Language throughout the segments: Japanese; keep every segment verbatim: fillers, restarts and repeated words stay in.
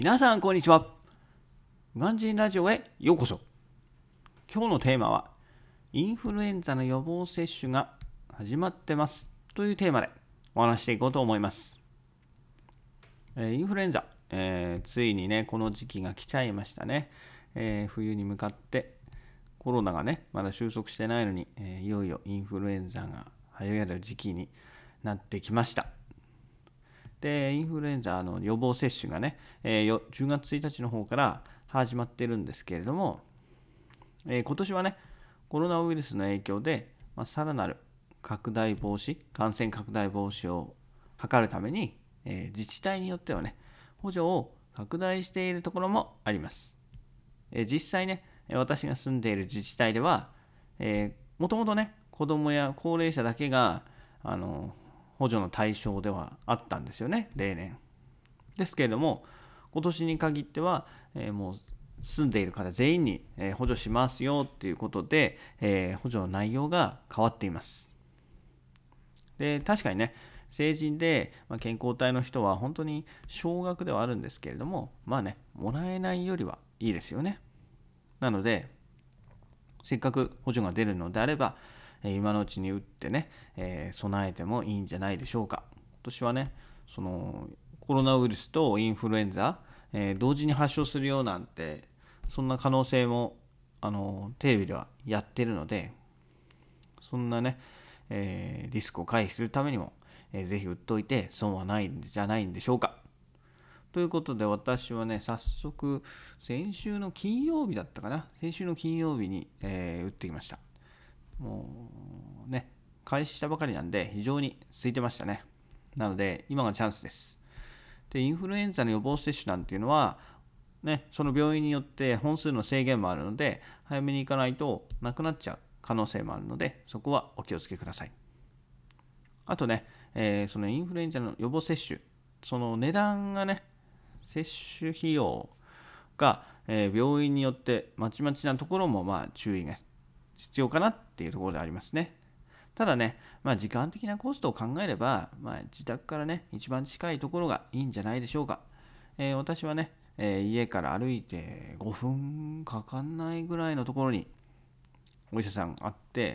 皆さんこんにちは。ウガンジンラジオへようこそ。今日のテーマはインフルエンザの予防接種が始まってますというテーマでお話していこうと思います。えー、インフルエンザ、えー、ついにねこの時期が来ちゃいましたね。えー、冬に向かってコロナがねまだ収束してないのに、えー、いよいよインフルエンザが流行る時期になってきました。でインフルエンザの予防接種がね、えー、じゅうがつついたちの方から始まってるんですけれども、えー、今年はねコロナウイルスの影響で、まあ、さらなる拡大防止感染拡大防止を図るために、えー、自治体によってはね補助を拡大しているところもあります。えー、実際ね私が住んでいる自治体では、えー、もともとね子どもや高齢者だけがあの補助の対象ではあったんですよね、例年。ですけれども、今年に限っては、えー、もう住んでいる方全員に、えー、補助しますよっていうことで、えー、補助の内容が変わっています。で、確かにね、成人で、まあ、健康体の人は本当に少額ではあるんですけれども、まあね、もらえないよりはいいですよね。なので、せっかく補助が出るのであれば、今のうちに打ってね、えー、備えてもいいんじゃないでしょうか。今年はね、そのコロナウイルスとインフルエンザ、えー、同時に発症するようなんて、そんな可能性もあのテレビではやってるので、そんなね、えー、リスクを回避するためにも、えー、ぜひ打っといて損はないんじゃないんでしょうか。ということで私はね早速先週の金曜日だったかな先週の金曜日に、えー、打ってきました。もうね開始したばかりなんで非常に空いてましたね。なので今がチャンスです。でインフルエンザの予防接種なんていうのはねその病院によって本数の制限もあるので早めに行かないとなくなっちゃう可能性もあるのでそこはお気をつけください。あとね、えー、そのインフルエンザの予防接種その値段がね接種費用が、えー、病院によってまちまちなところもまあ注意が必要かなっていうところでありますね。ただね、まあ、時間的なコストを考えれば、まあ、自宅からね一番近いところがいいんじゃないでしょうか。えー、私はね、えー、家から歩いてごふんかかんないぐらいのところにお医者さんあって、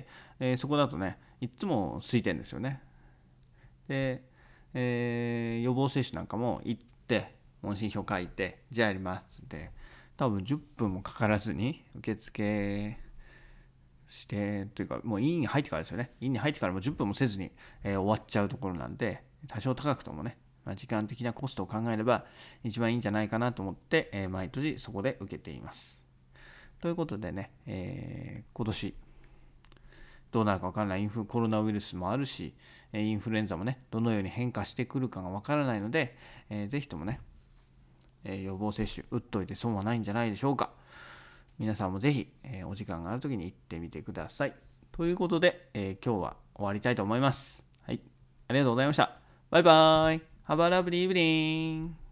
えー、そこだとねいつも空いてるんですよね。で、えー、予防接種なんかも行って問診票書いてじゃあやりますって多分じゅっぷんもかからずに受付してというかもう院に入ってからですよね。院に入ってからもじゅっぷんもせずに、えー、終わっちゃうところなんで多少高くともね、まあ、時間的なコストを考えれば一番いいんじゃないかなと思って、えー、毎年そこで受けています。ということでね、えー、今年どうなるか分からないインフコロナウイルスもあるしインフルエンザもねどのように変化してくるかが分からないので、えー、ぜひともね、えー、予防接種打っといて損はないんじゃないでしょうか。皆さんもぜひ、えー、お時間があるときに行ってみてください。ということで、えー、今日は終わりたいと思います。はい、ありがとうございました。バイバイ。Have a lovely evening.